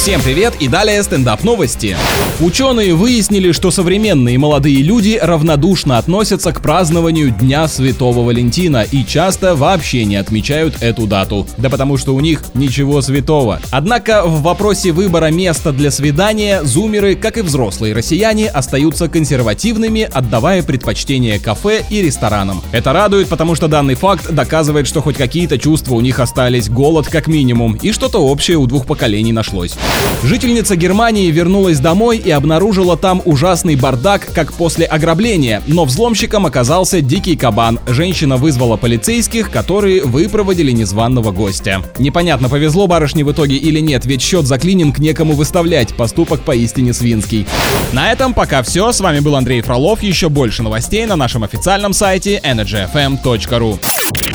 Всем привет и далее стендап-новости. Ученые выяснили, что современные молодые люди равнодушно относятся к празднованию Дня Святого Валентина и часто вообще не отмечают эту дату. Да потому что у них ничего святого. Однако в вопросе выбора места для свидания зумеры, как и взрослые россияне, остаются консервативными, отдавая предпочтение кафе и ресторанам. Это радует, потому что данный факт доказывает, что хоть какие-то чувства у них остались, голод как минимум, и что-то общее у двух поколений нашлось. Жительница Германии вернулась домой и обнаружила там ужасный бардак, как после ограбления, но взломщиком оказался дикий кабан. Женщина вызвала полицейских, которые выпроводили незваного гостя. Непонятно, повезло барышне в итоге или нет, ведь счет за клининг некому выставлять, поступок поистине свинский. На этом пока все, с вами был Андрей Фролов, еще больше новостей на нашем официальном сайте energyfm.ru.